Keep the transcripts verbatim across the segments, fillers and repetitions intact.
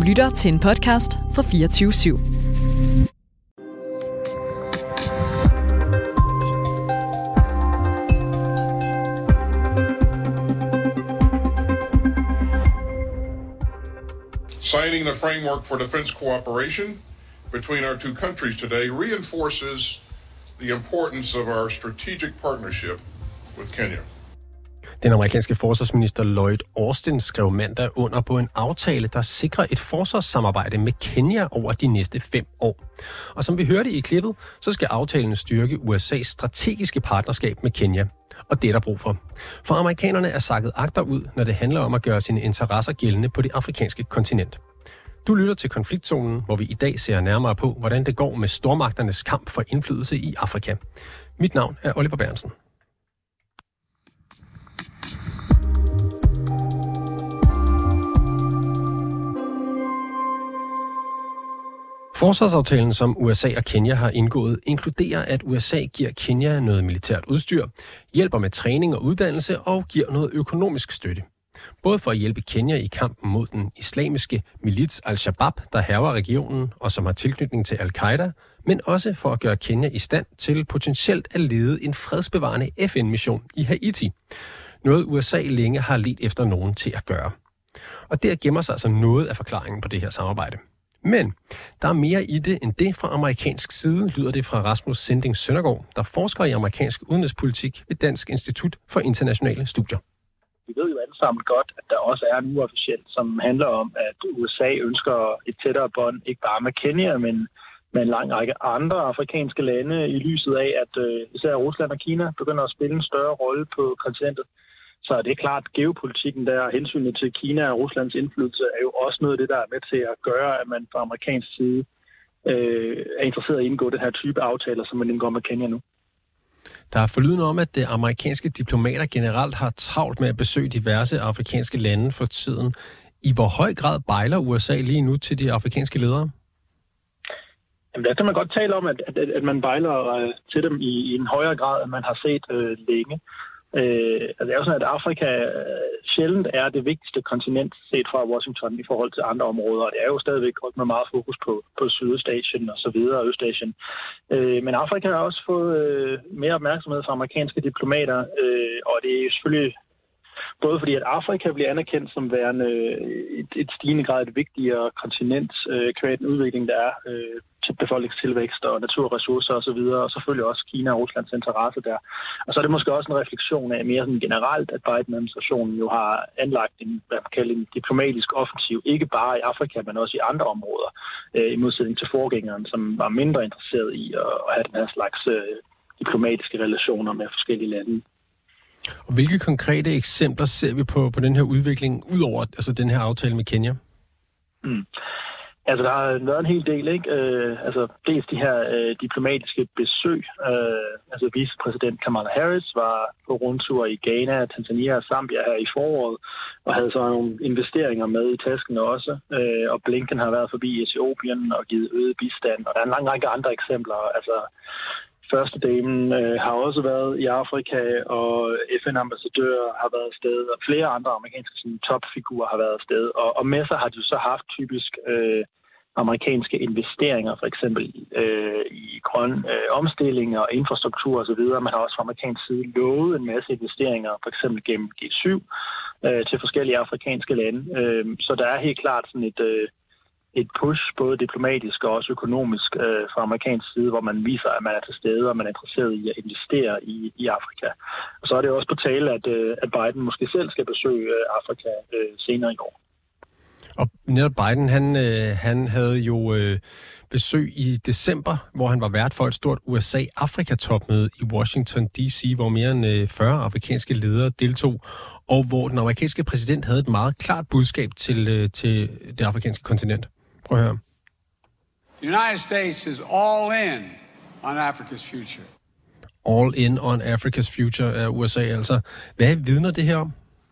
lytter til en podcast fra fireogtyve syv. Signing the framework for defense cooperation between our two countries today reinforces the importance of our strategic partnership with Kenya. Den amerikanske forsvarsminister Lloyd Austin skrev mandag under på en aftale, der sikrer et forsvarssamarbejde med Kenya over de næste fem år. Og som vi hørte i klippet, så skal aftalen styrke U S A's strategiske partnerskab med Kenya. Og det er der brug for. For amerikanerne er sakket agterud, når det handler om at gøre sine interesser gældende på det afrikanske kontinent. Du lytter til Konfliktzonen, hvor vi i dag ser nærmere på, hvordan det går med stormagternes kamp for indflydelse i Afrika. Mit navn er Oliver Bernsen. Forsvarsaftalen, som U S A og Kenya har indgået, inkluderer, at U S A giver Kenya noget militært udstyr, hjælper med træning og uddannelse og giver noget økonomisk støtte. Både for at hjælpe Kenya i kampen mod den islamiske milits Al-Shabaab, der hærger regionen og som har tilknytning til Al-Qaida, men også for at gøre Kenya i stand til potentielt at lede en fredsbevarende F N-mission i Haiti. Noget U S A længe har ledt efter nogen til at gøre. Og der gemmer sig altså noget af forklaringen på det her samarbejde. Men der er mere i det end det fra amerikansk side, lyder det fra Rasmus Sinding Søndergaard, der forsker i amerikansk udenrigspolitik ved Dansk Institut for Internationale Studier. Vi ved jo alle sammen godt, at der også er en uofficielt, som handler om, at U S A ønsker et tættere bånd, ikke bare med Kenya, men med en lang række andre afrikanske lande, i lyset af, at øh, især Rusland og Kina begynder at spille en større rolle på kontinentet. Så det er klart, at geopolitikken der, hensynet til Kina og Ruslands indflydelse, er jo også noget af det, der er med til at gøre, at man fra amerikansk side øh, er interesseret i at indgå den her type aftaler, som man indgår med Kenya nu. Der er forlydende om, at de amerikanske diplomater generelt har travlt med at besøge diverse afrikanske lande for tiden. I hvor høj grad bejler U S A lige nu til de afrikanske ledere? Jamen, der kan man godt tale om, at, at, at man bejler øh, til dem i, i en højere grad, end man har set øh, længe. Øh, altså det er jo sådan, at Afrika øh, sjældent er det vigtigste kontinent set fra Washington i forhold til andre områder. Og det er jo stadigvæk godt med meget fokus på, på Sydøstasien og så videre, og Østasien. Øh, men Afrika har også fået øh, mere opmærksomhed fra amerikanske diplomater, øh, og det er jo selvfølgelig både fordi, at Afrika bliver anerkendt som værende et, et stigende grad et vigtigere kontinent, øh, kvad den udvikling, der er øh, til befolkningstilvækst og naturressourcer osv., og, og selvfølgelig også Kina og Ruslands interesse der. Og så er det måske også en refleksion af mere sådan generelt, at Biden-administrationen jo har anlagt en, hvad man kalder en diplomatisk offensiv, ikke bare i Afrika, men også i andre områder, øh, i modsætning til forgængeren, som var mindre interesseret i at, at have den her slags øh, diplomatiske relationer med forskellige lande. Og hvilke konkrete eksempler ser vi på, på den her udvikling, udover altså den her aftale med Kenya? Mm. Altså, der har været en hel del, ikke? Øh, altså, dels de her øh, diplomatiske besøg. Øh, altså, vicepræsident Kamala Harris var på rundtur i Ghana, Tanzania og Zambia her i foråret, og havde så nogle investeringer med i tasken også. Øh, og Blinken har været forbi Etiopien og givet øget bistand, og der er en lang række andre eksempler. Altså, Første damen øh, har også været i Afrika, og F N-ambassadører har været afsted, og flere andre amerikanske sådan, topfigurer har været afsted. Og, og med sig har de så haft typisk øh, amerikanske investeringer, for eksempel øh, i grøn øh, omstilling og infrastruktur osv. Man har også fra amerikansk side lovet en masse investeringer, for eksempel gennem G syv, øh, til forskellige afrikanske lande. Øh, så der er helt klart sådan et... Øh, et push, både diplomatisk og også økonomisk øh, fra amerikansk side, hvor man viser, at man er til stede, og man er interesseret i at investere i, i Afrika. Og så er det også på tale, at, øh, at Biden måske selv skal besøge øh, Afrika øh, senere i år. Og netop Biden, han, øh, han havde jo øh, besøg i december, hvor han var vært for et stort U S A-Afrika-topmøde i Washington D C, hvor mere end øh, fyrre afrikanske ledere deltog, og hvor den amerikanske præsident havde et meget klart budskab til, øh, til det afrikanske kontinent. Prøv at høre. The United States is all in on Africa's future. All in on Africa's future er U S A altså. Hvad vidner det her om?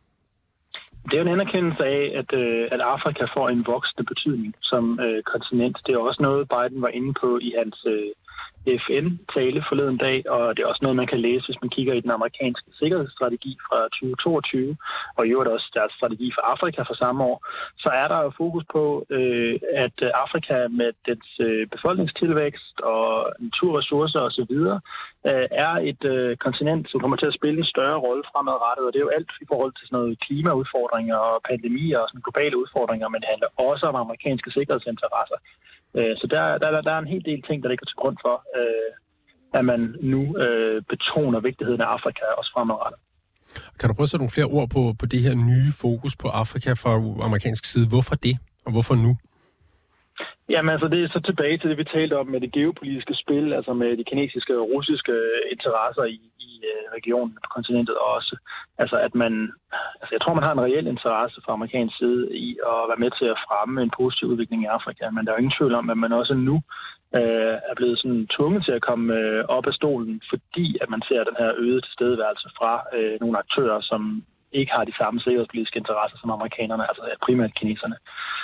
Det er jo en anerkendelse af, at, øh, at Afrika får en voksende betydning som øh, kontinent. Det er også noget, Biden var inde på i hans, øh, F N-tale forleden dag, og det er også noget, man kan læse, hvis man kigger i den amerikanske sikkerhedsstrategi fra tyve toogtyve, og i øvrigt også deres strategi for Afrika fra samme år, så er der jo fokus på, øh, at Afrika med dets øh, befolkningstilvækst og naturressourcer osv. Øh, er et øh, kontinent, som kommer til at spille en større rolle fremadrettet, og det er jo alt i forhold til sådan noget klimaudfordringer og pandemier og sådan globale udfordringer, men det handler også om amerikanske sikkerhedsinteresser. Så der, der, der er en hel del ting, der ligger til grund for, øh, at man nu øh, betoner vigtigheden af Afrika også fremadrettet. Kan du prøve at sætte nogle flere ord på, på det her nye fokus på Afrika fra amerikansk side? Hvorfor det, og hvorfor nu? Jamen altså, det er så tilbage til det, vi talte om med det geopolitiske spil, altså med de kinesiske og russiske interesser i, i regionen på kontinentet også. Altså at man, altså jeg tror, man har en reel interesse fra amerikansk side i at være med til at fremme en positiv udvikling i Afrika, men der er jo ingen tvivl om, at man også nu øh, er blevet sådan tvunget til at komme øh, op af stolen, fordi at man ser den her øgede tilstedeværelse fra øh, nogle aktører, som ikke har de samme sikkerhedspolitiske interesser som amerikanerne, altså primært kineserne.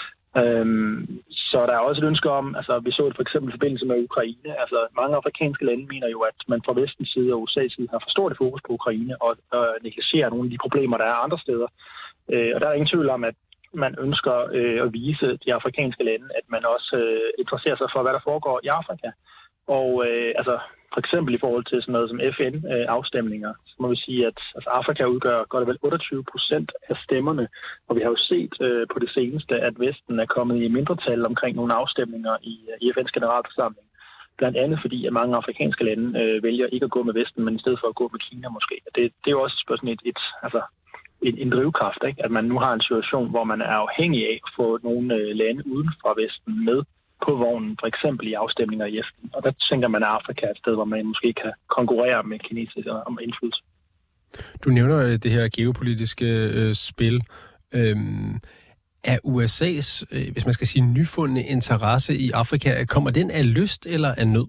Øhm, så der er også et ønske om, altså vi så det for eksempel i forbindelse med Ukraine, altså mange afrikanske lande mener jo, at man fra vestens side og U S A's side har for stort fokus på Ukraine og, og negligerer nogle af de problemer, der er andre steder. Øh, og der er ingen tvivl om, at man ønsker øh, at vise de afrikanske lande, at man også øh, interesserer sig for, hvad der foregår i Afrika. Og øh, altså for eksempel i forhold til sådan noget som F N-afstemninger, så må vi sige, at altså, Afrika udgør godt og vel otteogtyve procent af stemmerne, og vi har jo set øh, på det seneste, at Vesten er kommet i mindretal omkring nogle afstemninger i, i F N's generalforsamling. Blandt andet fordi, at mange afrikanske lande øh, vælger ikke at gå med Vesten, men i stedet for at gå med Kina måske. Det, det er jo også sådan et, et, altså, en, en drivkraft, ikke? At man nu har en situation, hvor man er afhængig af at få nogle øh, lande uden for Vesten med på vognen, for eksempel i afstemninger i F N. Og der tænker man, at Afrika er et sted, hvor man måske kan konkurrere med kinesere om indflydelse. Du nævner det her geopolitiske øh, spil. Øhm, er U S A's, øh, hvis man skal sige, nyfundne interesse i Afrika, kommer den af lyst eller af nød?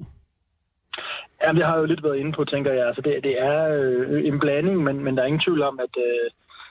Ja, det har jeg jo lidt været inde på, tænker jeg. Altså, det, det er øh, en blanding, men, men der er ingen tvivl om, at øh,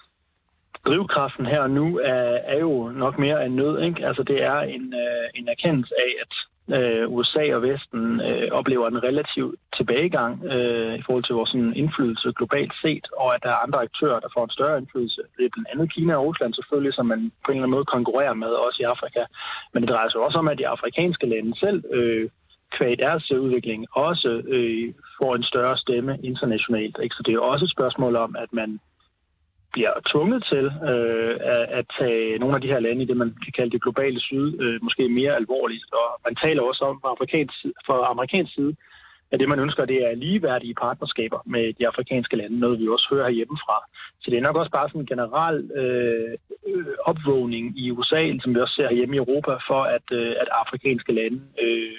drivkraften her og nu er, er jo nok mere end nød, ikke? Altså det er en, øh, en erkendelse af, at øh, U S A og Vesten øh, oplever en relativ tilbagegang øh, i forhold til vores sådan, indflydelse globalt set, og at der er andre aktører, der får en større indflydelse. Det er blandt andet Kina og Rusland selvfølgelig, som man på en eller anden måde konkurrerer med, også i Afrika. Men det drejer sig også om, at de afrikanske lande selv, øh, kvad deres udvikling, også øh, får en større stemme internationalt. Ikke? Så det er jo også et spørgsmål om, at man bliver tvunget til øh, at, at tage nogle af de her lande i det, man kan kalde det globale syd, øh, måske mere alvorligt. Og man taler også om, fra amerikansk, fra amerikansk side, at det, man ønsker, det er ligeværdige partnerskaber med de afrikanske lande, noget vi også hører herhjemmefra. Så det er nok også bare sådan en generel øh, opvågning i U S A, som vi også ser herhjemme i Europa, for at, øh, at afrikanske lande øh,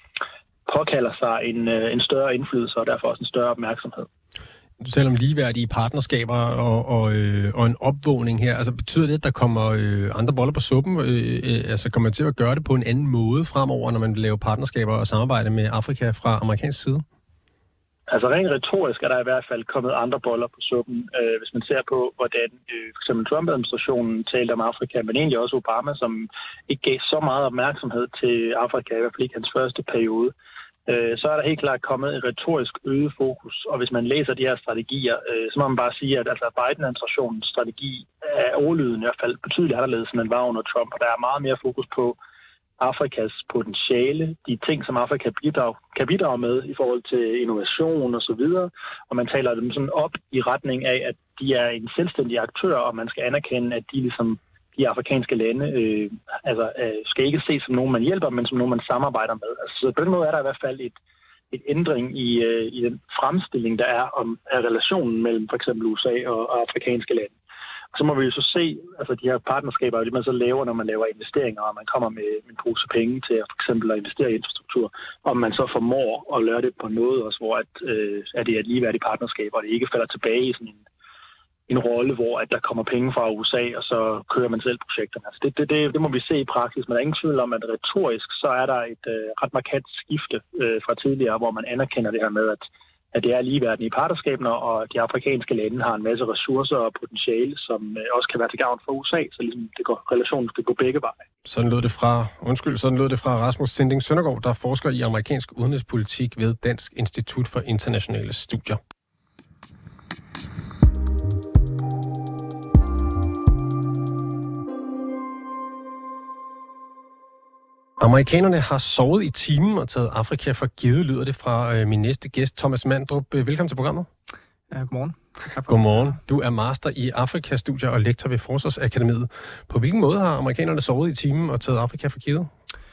påkalder sig en, øh, en større indflydelse, og derfor også en større opmærksomhed. Du taler om ligeværdige partnerskaber og, og, øh, og en opvågning her. Altså betyder det, at der kommer øh, andre boller på suppen? Øh, øh, altså kommer man til at gøre det på en anden måde fremover, når man vil lave partnerskaber og samarbejde med Afrika fra amerikansk side? Altså rent retorisk er der i hvert fald kommet andre boller på suppen, øh, hvis man ser på, hvordan øh, for eksempel Trump-administrationen talte om Afrika, men egentlig også Obama, som ikke gav så meget opmærksomhed til Afrika, i hvert fald ikke hans første periode. Så er der helt klart kommet et retorisk øget fokus, og hvis man læser de her strategier, så må man bare sige, at altså Biden-administrationens strategi er overlyden i hvert fald betydeligt anderledes, end den var under Trump, og der er meget mere fokus på Afrikas potentiale, de ting, som Afrika bidrag, kan bidrage med i forhold til innovation og så videre, og man taler dem sådan op i retning af, at de er en selvstændig aktør, og man skal anerkende, at de ligesom de afrikanske lande øh, altså, øh, skal ikke ses som nogen, man hjælper, men som nogen, man samarbejder med. Altså, så på den måde er der i hvert fald et, et ændring i, øh, i den fremstilling, der er om af relationen mellem for eksempel U S A og, og afrikanske lande. Og så må vi jo så se, altså de her partnerskaber, det man så laver, når man laver investeringer, og man kommer med en pose penge til at for eksempel at investere i infrastruktur, om man så formår at gøre det på noget også, hvor at, øh, at det er et ligeværdigt partnerskab, og det ikke falder tilbage i sådan en en rolle, hvor at der kommer penge fra U S A, og så kører man selv projekterne. Altså det, det, det, det må vi se i praksis, men der er ingen tvivl om, at retorisk, så er der et øh, ret markant skifte øh, fra tidligere, hvor man anerkender det her med, at at det er ligeværdige partnerskaber, og de afrikanske lande har en masse ressourcer og potentiale, som også kan være til gavn for U S A, så ligesom det går, relationen skal gå begge veje. Sådan lød det fra, undskyld, sådan lød det fra Rasmus Sinding Søndergaard, der forsker i amerikansk udenrigspolitik ved Dansk Institut for Internationale Studier. Amerikanerne har sovet i timen og taget Afrika for givet, lyder det fra øh, min næste gæst, Thomas Mandrup. Velkommen til programmet. Ja, godmorgen. Godmorgen. Du er master i Afrikastudier og lektor ved Forsvarsakademiet. På hvilken måde har amerikanerne sovet i timen og taget Afrika for givet?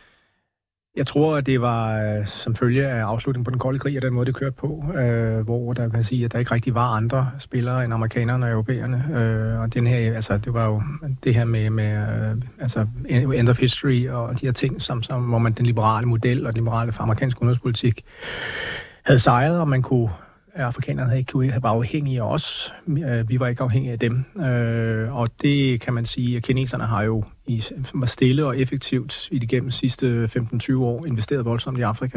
Jeg tror, at det var som følge af afslutningen på den kolde krig, og den måde, det kørte på, øh, hvor der kan sige, at der ikke rigtig var andre spillere end amerikanerne og europæerne. Øh, og den her, altså, det var jo det her med, med øh, altså, end of history og de her ting, som, som, hvor man den liberale model og den liberale amerikanske udenrigspolitik havde sejret, og man kunne afrikanerne havde ikke kunne have været afhængige af os. Vi var ikke afhængige af dem. Og det kan man sige, at kineserne har jo i, var stille og effektivt i de gennem sidste femten til tyve år investeret voldsomt i Afrika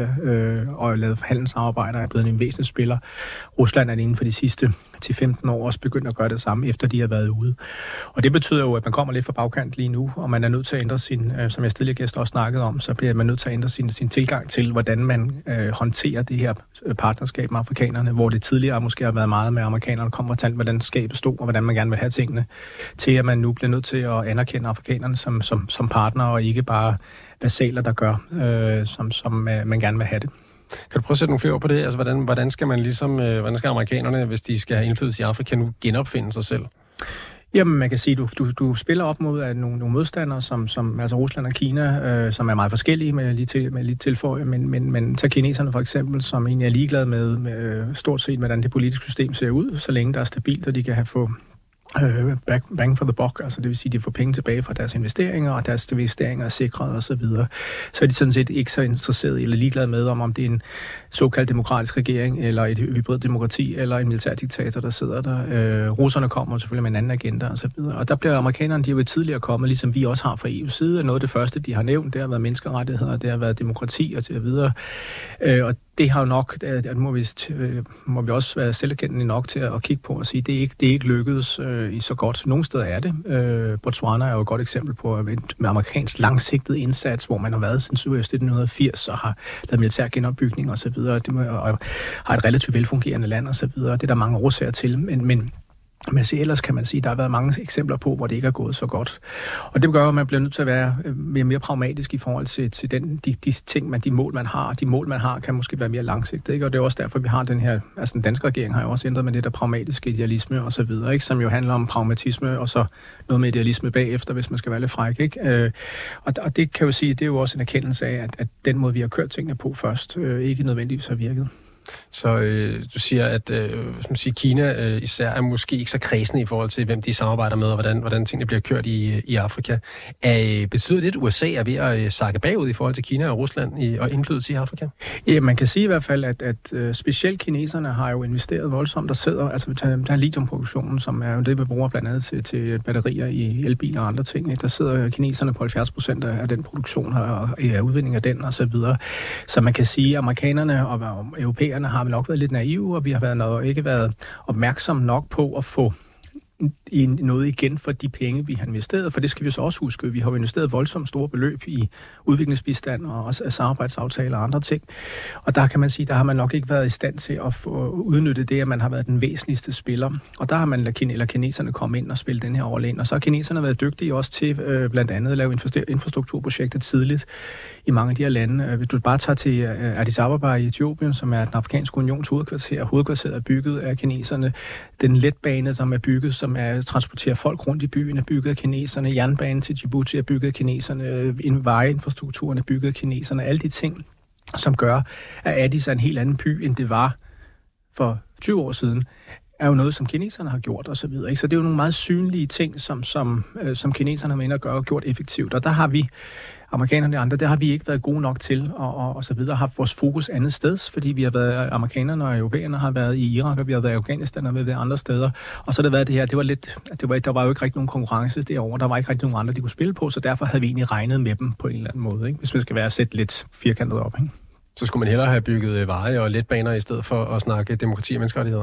og lavet handelssamarbejder, er blevet en væsentlig spiller. Rusland er inden for de sidste ti til femten år også begyndt at gøre det samme, efter de har været ude. Og det betyder jo, at man kommer lidt fra bagkant lige nu, og man er nødt til at ændre sin, som jeg tidligere gæst også snakkede om, så bliver man nødt til at ændre sin, sin tilgang til, hvordan man øh, håndterer det her partnerskab med afrikanerne, hvor det tidligere måske har været meget med amerikanerne, kom og fortalt, hvordan skabet stod, og hvordan man gerne vil have tingene, til at man nu bliver nødt til at anerkende afrikanerne som, som, som partnere, og ikke bare vasaller, der gør, øh, som, som man gerne vil have det. Kan du prøve at sætte nogle flere ord på det? Altså, hvordan, hvordan skal man ligesom, øh, hvordan skal amerikanerne, hvis de skal have indflydelse i Afrika, nu genopfinde sig selv? Jamen, man kan sige, du du, du spiller op mod at nogle, nogle modstandere, som, som altså Rusland og Kina, øh, som er meget forskellige med lige til med lige tilføje, men men men tag kineserne for eksempel, som egentlig er ligeglade med, med stort set hvordan det politiske system ser ud, så længe der er stabilt, og de kan have få Øh, bang for the buck, altså det vil sige, at de får penge tilbage fra deres investeringer, og deres investeringer er sikret og så videre. Så er de sådan set ikke så interesserede eller ligeglade med, om, om det er en såkaldt demokratisk regering, eller et hybriddemokrati, eller en militærdiktator, der sidder der. Øh, russerne kommer selvfølgelig med en anden agenda og så videre. Og der bliver amerikanerne, de er jo tidligere kommet, ligesom vi også har fra E U's side. Noget af det første, de har nævnt, det har været menneskerettigheder, det har været demokrati og så videre. Øh, og det har jo nok, det må vi, må vi også være selverkendende nok til at kigge på og sige, det er ikke, det er ikke lykkedes øh, i så godt. Nogle steder er det. Øh, Botswana er jo et godt eksempel på en amerikansk langsigtet indsats, hvor man har været siden nitten firs og har lavet militær genopbygning og så videre, det må, og har et relativt velfungerende land og så videre. Det er der mange årsager til, men, men Men så ellers kan man sige, at der har været mange eksempler på, hvor det ikke er gået så godt. Og det gør, at man bliver nødt til at være mere, mere pragmatisk i forhold til, til den, de, de ting, man, de mål, man har. De mål, man har, kan måske være mere langsigtede. Ikke? Og det er også derfor, vi har den her, altså den danske regering har jo også ændret med det der pragmatiske idealisme og så videre, ikke? Som jo handler om pragmatisme og så noget med idealisme bagefter, hvis man skal være lidt fræk. Ikke? Øh, og, og det kan jo sige, det er jo også en erkendelse af, at, at den måde, vi har kørt tingene på først, øh, ikke nødvendigvis har virket. Så øh, du siger, at øh, som siger, Kina øh, især er måske ikke så kredsende i forhold til, hvem de samarbejder med, og hvordan, hvordan tingene bliver kørt i, i Afrika. Er, betyder det, at U S A er ved at øh, sakke bagud i forhold til Kina og Rusland i, og indflydelse i Afrika? Ja, man kan sige i hvert fald, at, at uh, specielt kineserne har jo investeret voldsomt. Der sidder, altså der er lithiumproduktionen, som er jo det, vi bruger blandt andet til, til batterier i elbiler og andre ting. Ikke? Der sidder kineserne på halvfjerds procent af den produktion her, og ja, udvinding af den og så videre. Så man kan sige, at amerikanerne og, og europæerne har vi nok været lidt naive, og vi har været noget, ikke været opmærksomme nok på at få i noget igen for de penge, vi har investeret, for det skal vi så også huske. Vi har jo investeret voldsomt store beløb i udviklingsbistand og også samarbejdsaftaler og andre ting. Og der kan man sige, der har man nok ikke været i stand til at få udnyttet det, at man har været den væsentligste spiller. Og der har man eller kineserne kommet ind og spille den her rolle ind. Og så har kineserne været dygtige også til øh, blandt andet at lave infrastrukturprojekter tidligt i mange af de her lande. Hvis du bare tager til Addis Ababa i Etiopien, som er den afrikanske unions hovedkvarter, hovedkvarteret er bygget af kineserne. Den letbane, som er bygget, som er transporterer folk rundt i byen, er bygget af kineserne. Jernbanen til Djibouti er bygget af kineserne. Vejinfrastrukturen er bygget af kineserne. Alle de ting, som gør, at Addis er en helt anden by, end det var for tyve år siden, er jo noget, som kineserne har gjort, og så videre. Ikke? Så det er jo nogle meget synlige ting, som, som, øh, som kineserne har med at gøre og gjort effektivt. Og der har vi, amerikanerne og andre, der har vi ikke været gode nok til, og, og, og så videre, har vores fokus andet sted, fordi vi har været, amerikanerne og europæerne har været i Irak, og vi har været i Afghanistan og vi har været andre steder. Og så har det været det her, det var lidt, det var, der var jo ikke rigtig nogen konkurrence derovre, der var ikke rigtig nogen andre, de kunne spille på, så derfor havde vi egentlig regnet med dem på en eller anden måde, ikke? Hvis man skal være sætte lidt firkantet op, ikke? Så skulle man hellere have bygget veje og letbaner i stedet for at snakke demokrati og menneskerettigheder?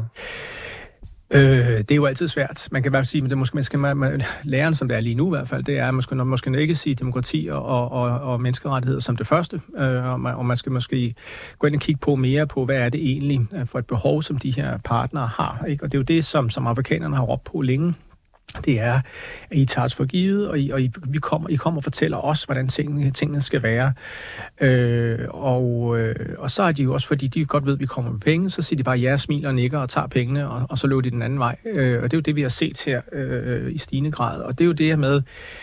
Øh, det er jo altid svært. Man kan bare sige, men det måske, man skal, man, man, læren, som det er lige nu i hvert fald, det er måske, måske ikke sige demokrati og, og, og menneskerettigheder som det første, øh, og, man, og man skal måske gå ind og kigge på mere på, hvad er det egentlig for et behov, som de her partnere har, ikke? Og det er jo det, som, som afrikanerne har råbt på længe. Det er, at I tager os for givet, og I, og I, vi kommer, I kommer og fortæller os, hvordan tingene, tingene skal være. Øh, og, øh, og så er de jo også, fordi de godt ved, at vi kommer med penge, så siger de bare ja, smiler og nikker og tager pengene, og, og så løber de den anden vej. Øh, og det er jo det, vi har set her øh, i stigende grad. Og det er jo det her med,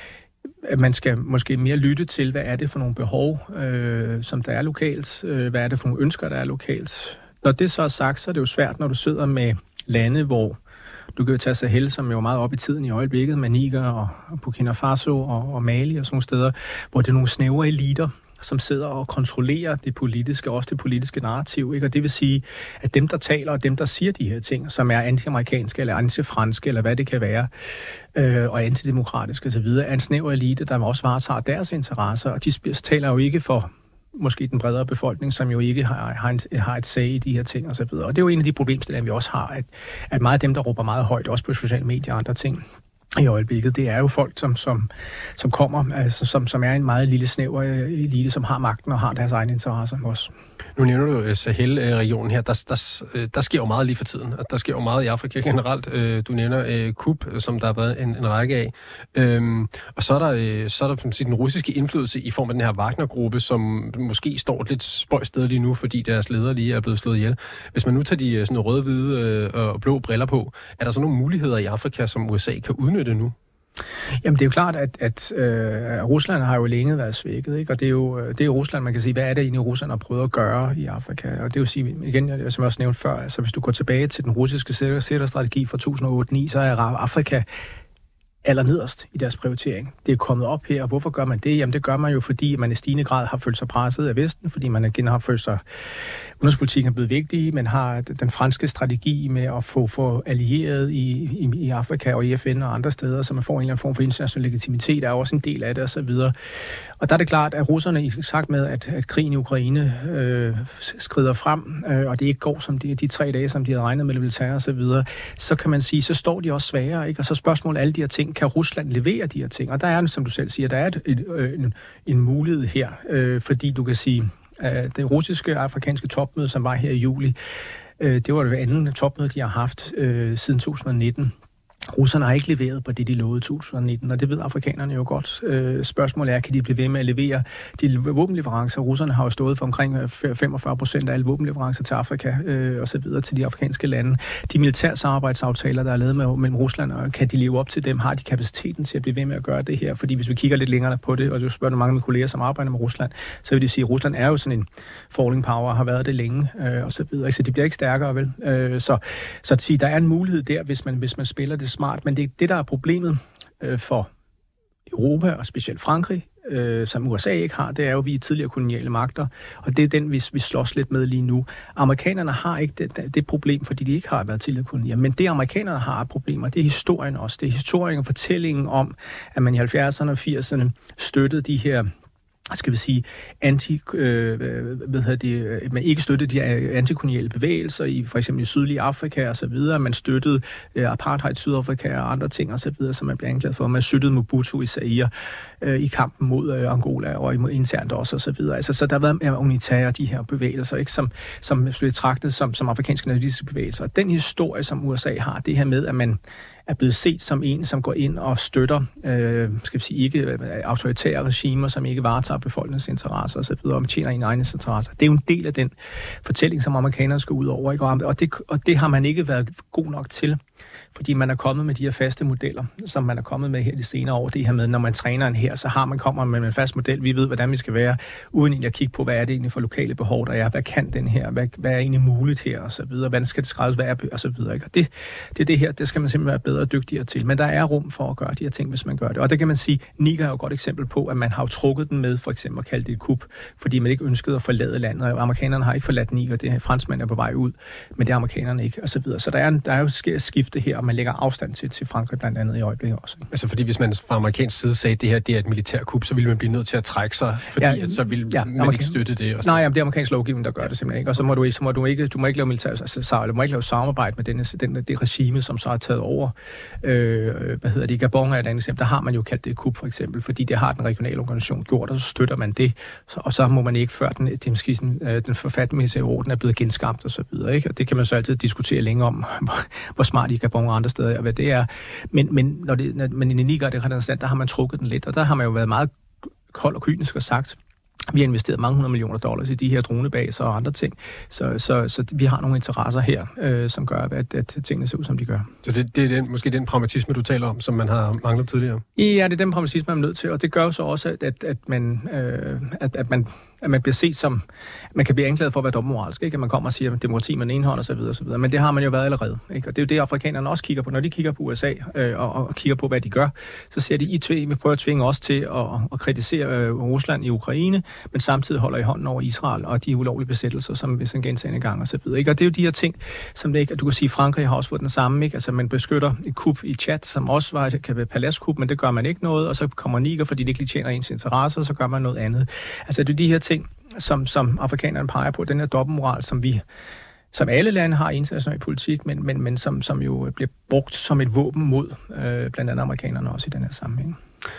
at man skal måske mere lytte til, hvad er det for nogle behov, øh, som der er lokalt, øh, hvad er det for nogle ønsker, der er lokalt. Når det så er sagt, så er det jo svært, når du sidder med lande, hvor du kan jo tage Sahel, som jo er meget op i tiden i øjeblikket, med Niger og, og Burkina Faso og, og Mali og sådan nogle steder, hvor det er nogle snævre eliter, som sidder og kontrollerer det politiske, også det politiske narrativ, ikke? Og det vil sige, at dem, der taler, og dem, der siger de her ting, som er anti-amerikanske eller anti-franske, eller hvad det kan være, øh, og antidemokratiske osv., er en snæver elite, der også varetager deres interesser, og de taler jo ikke for måske den bredere befolkning, som jo ikke har, har, en, har et sag i de her ting og så videre. Og det er jo en af de problemstillinger, vi også har, at, at meget af dem, der råber meget højt, også på sociale medier og andre ting i øjeblikket, det er jo folk, som, som, som kommer, altså, som, som er en meget lille snæver elite, som har magten og har deres egne interesser også. Nu nævner du Sahel-regionen her. Der, der, der sker jo meget lige for tiden. Der sker jo meget i Afrika generelt. Du nævner Kup, som der har været en, en række af. Øhm, og så er der, så er der sige, den russiske indflydelse i form af den her Wagner-gruppe, som måske står et lidt spøjt sted lige nu, fordi deres leder lige er blevet slået ihjel. Hvis man nu tager de sådan røde, hvide og blå briller på, er der så nogle muligheder i Afrika, som U S A kan udnytte nu? Jamen, det er jo klart, at, at øh, Rusland har jo længe været svækket, ikke? Og det er jo det er Rusland, man kan sige, hvad er det egentlig, Rusland har prøvet at gøre i Afrika? Og det er jo sige, igen, som jeg også nævnte før, altså hvis du går tilbage til den russiske sikkerhedsstrategi fra to tusind og otte til ni, så er Afrika allernederst i deres prioritering. Det er kommet op her, og hvorfor gør man det? Jamen det gør man jo, fordi man i stigende grad har følt sig presset af Vesten, fordi man igen har følt sig, udenrigspolitikken er blevet vigtig, man har den franske strategi med at få for allieret i, i, i Afrika og i F N og andre steder, så man får en eller anden form for international legitimitet, er også en del af det osv. Og der er det klart, at russerne i sagt med, at, at krigen i Ukraine øh, skrider frem, øh, og det ikke går som de, de tre dage, som de havde regnet med, det ville tage osv., så, så kan man sige, så står de også sværere, ikke? Og så spørgsmålet alle de her ting, kan Rusland levere de her ting? Og der er, som du selv siger, der er et, et, en, en mulighed her, øh, fordi du kan sige, at det russiske afrikanske topmøde, som var her i juli, øh, det var det andet topmøde, de har haft øh, siden to tusind og nitten. Russerne har ikke leveret på det, de lovede i to tusind og nitten, og det ved afrikanerne jo godt. Øh, spørgsmålet er, kan de blive ved med at levere de våbenleverancer? Russerne har jo stået for omkring femogfyrre procent af alle våbenleverancer til Afrika øh, og så videre til de afrikanske lande. De militære samarbejdsaftaler, der er lavet med, mellem Rusland, og kan de leve op til dem? Har de kapaciteten til at blive ved med at gøre det her? Fordi hvis vi kigger lidt længere på det, og du spørger mange af mine kolleger, som arbejder med Rusland, så vil de sige, at Rusland er jo sådan en falling power, har været det længe øh, og så videre. Så de bliver ikke stærkere, vel? Øh, så så at sige, der er en mulighed der, hvis man, hvis man spiller det smart, men det, det der er problemet øh, for Europa, og specielt Frankrig, øh, som U S A ikke har, det er jo, at vi er tidligere koloniale magter, og det er den, vi, vi slås lidt med lige nu. Amerikanerne har ikke det, det problem, fordi de ikke har været tidligere kolonier, men det amerikanerne har af problemer, det er historien også. Det er historien og fortællingen om, at man i halvfjerdserne og firserne støttede de her, skal vi sige, anti, øh, hvad hedder det, man ikke støttede de her antikoloniale bevægelser i for eksempel i sydlige Afrika og så videre. Man støttede øh, apartheid i Sydafrika og andre ting og så videre, som man bliver anklaget for. Man støttede Mobutu i Zaire øh, i kampen mod øh, Angola og internt også og så videre. Altså, så der har været unitære de her bevægelser, ikke, som, som bliver betragtet som, som afrikanske nationalistiske bevægelser. Og den historie, som U S A har, det her med, at man er blevet set som en, som går ind og støtter, øh, skal vi sige, ikke autoritære regimer, som ikke varetager befolkningens interesser og så videre, og tjener en egne interesser. Det er jo en del af den fortælling, som amerikanerne skal ud over, ikke? Og, det, og det har man ikke været god nok til, fordi man er kommet med de her faste modeller, som man er kommet med her de senere år. Det her med, når man træner en her, så har man kommer med en fast model. Vi ved, hvordan vi skal være, uden egentlig at kigge på, hvad er det egentlig for lokale behov, der er. Hvad kan den her? Hvad, hvad er egentlig muligt her? Og så videre. Hvordan skal det skræddes være? Og så videre. Ikke? Og det, det er det her, det skal man simpelthen være bedre og dygtigere til. Men der er rum for at gøre de her ting, hvis man gør det. Og der kan man sige, Niger er jo et godt eksempel på, at man har trukket den med, for eksempel at kalde det et kup, fordi man ikke ønskede at forlade landet. Og amerikanerne har ikke forladt Niger, det er franskmændene på vej ud, men det er amerikanerne ikke, og så videre. Så der er, der er jo sker skifte her, og man lægger afstand til, til Frankrig blandt andet i øjeblikket også. Altså fordi hvis man fra amerikansk side sagde, at det her det er et militærkup, så ville man blive nødt til at trække sig, fordi ja, at så ville ja, man amerikan- ikke støtte det. Og nej, jamen, det er amerikansk lovgivning, der gør det simpelthen ikke. Og så må du, så må du ikke, du må ikke lave militær, altså, så, du må ikke lave samarbejde med denne, den, det regime, som så har taget over. Øh, hvad hedder det? Gabon er et andet eksempel. Der har man jo kaldt det et kup for eksempel, fordi det har den regionale organisation gjort, og så støtter man det. Så, og så må man ikke før den, den, den forfatningsmæssige orden er blevet genskabt og så videre. Ikke? Og det kan man så altid diskutere længe om, hvor, hvor smart i Gabon og andre steder, og hvad det er. Men, men, når det, når, men i Niger, det er der har man trukket den lidt, og der har man jo været meget kold og kynisk og sagt, vi har investeret mange hundrede millioner dollars i de her dronebaser og andre ting, så, så, så vi har nogle interesser her, øh, som gør, at, at tingene ser ud, som de gør. Så det, det er den, måske den pragmatisme, du taler om, som man har manglet tidligere? Ja, det er den pragmatisme, man er nødt til, og det gør så også, at, at, at, man, øh, at, at, man, at man bliver set som, man kan blive anklaget for at være dobbeltmoralsk, ikke? At man kommer og siger, at demokrati med den ene hånd og så videre, og så videre. Men det har man jo været allerede, ikke? Og det er jo det, afrikanerne også kigger på. Når de kigger på U S A øh, og, og kigger på, hvad de gør, så ser de, I tv, vi prøver at tvinge os til at, at kritisere øh, Rusland i Ukraine, men samtidig holder i hånden over Israel og de ulovlige besættelser, som vi sådan gentagende gang og så videre, ikke? Og det er jo de her ting, som det ikke, du kan sige, Frankrig har også fået den samme, ikke? Altså man beskytter et kup i Tchad, som også var, kan være paladskup, men det gør man ikke noget, og så kommer Niger, fordi det ikke lige tjener ens interesser, og så gør man noget andet. Altså det er de her ting, som, som afrikanerne peger på, den her dobbeltmoral, som vi, som alle lande har i international politik, men, men, men som, som jo bliver brugt som et våben mod øh, blandt andet amerikanerne også i den her sammenhæng.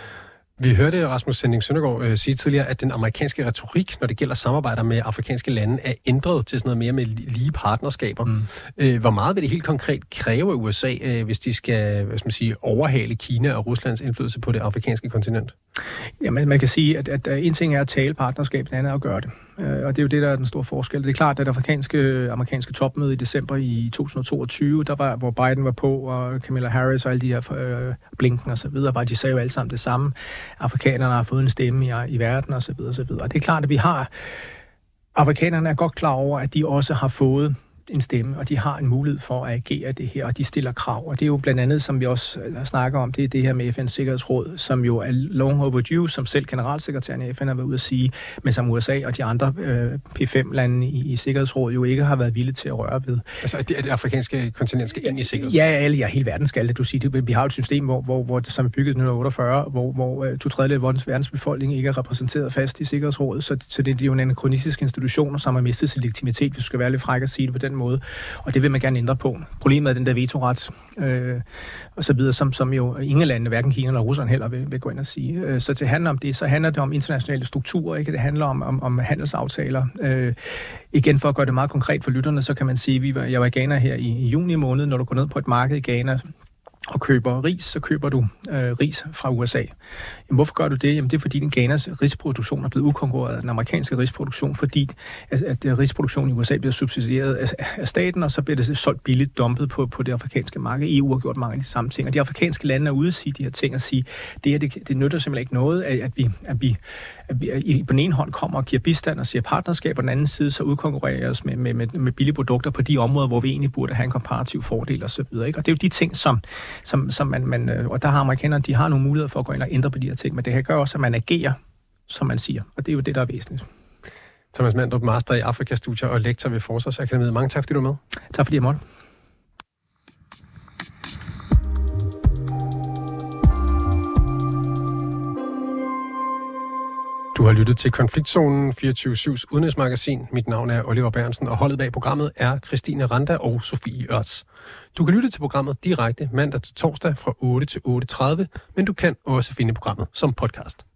Vi hørte Rasmus Sending Søndergaard øh, sige tidligere, at den amerikanske retorik, når det gælder samarbejder med afrikanske lande, er ændret til sådan noget mere med lige partnerskaber. Mm. Øh, hvor meget vil det helt konkret kræve af U S A, øh, hvis de skal, hvad skal man sige, overhale Kina og Ruslands indflydelse på det afrikanske kontinent? Jamen, man kan sige, at, at en ting er at tale partnerskab, den anden er at gøre det. Og det er jo det, der er den store forskel. Det er klart, at det afrikanske, amerikanske topmøde i december i to tusind og toogtyve, der var, hvor Biden var på, og Kamala Harris og alle de her øh, Blinken og så videre, var de sagde jo alle sammen det samme. Afrikanerne har fået en stemme i, i verden og så videre og så videre. Og det er klart, at vi har... Afrikanerne er godt klar over, at de også har fået en stemme, og de har en mulighed for at agere det her, og de stiller krav. Og det er jo blandt andet, som vi også snakker om, det er det her med F N's Sikkerhedsråd, som jo er long overdue, som selv generalsekretæren i F N har været ude at sige, men som U S A og de andre øh, P fem lande i, i Sikkerhedsrådet jo ikke har været villige til at røre ved. Altså, at det, at det afrikanske kontinent skal ind i Sikkerhedsrådet? Ja, alle, ja, hele verden skal det, du siger. Det, vi har et system, hvor, hvor, hvor som er bygget i nitten otteogfyrre, hvor, hvor to tredjedel af verdens befolkning ikke er repræsenteret fast i Sikkerhedsrådet, så, så det er jo en anakronistisk institution, som har mistet sin legitimitet, hvis du skal være lidt fræk at sige det på den måde. Og det vil man gerne ændre på. Problemet er den der vetoret, øh, og så videre, som, som jo ingen lande, hverken Kina eller Rusland heller vil, vil gå ind og sige. Øh, så det handler om det, så handler det om internationale strukturer, ikke? Det handler om, om, om handelsaftaler. Øh, igen, for at gøre det meget konkret for lytterne, så kan man sige, vi var, jeg var i Ghana her i, i juni måned, når du går ned på et marked i Ghana, og køber ris, så køber du øh, ris fra U S A. Jamen, hvorfor gør du det? Jamen, det er fordi, den Ghanas risproduktion er blevet ukonkurreret af den amerikanske risproduktion, fordi at, at risproduktionen i U S A bliver subsidieret af, af staten, og så bliver det solgt billigt dumpet på, på det afrikanske marked. E U har gjort mange af de samme ting, og de afrikanske lande er ude at sige de her ting og sige, det, er, det, det nytter simpelthen ikke noget, at, at vi, at vi at vi på den ene hånd kommer og giver bistand og siger partnerskab, og på den anden side så udkonkurrerer os med, med, med, med billige produkter på de områder, hvor vi egentlig burde have en komparativ fordel og så videre. Ikke? Og det er jo de ting, som, som, som man, man... Og der har amerikanerne, de har nogle muligheder for at gå ind og ændre på de her ting, men det her gør også, at man agerer, som man siger. Og det er jo det, der er væsentligt. Thomas Mandrup, master i Afrikastudier og lektor ved Forsvarsakademiet. Mange tak, fordi du er med. Tak fordi jeg måtte. Du har lyttet til Konfliktzonen, fireogtyve syvs udenrigsmagasin. Mit navn er Oliver Bernsen, og holdet bag programmet er Christine Randa og Sofie Ørts. Du kan lytte til programmet direkte mandag til torsdag fra otte til otte tredive, men du kan også finde programmet som podcast.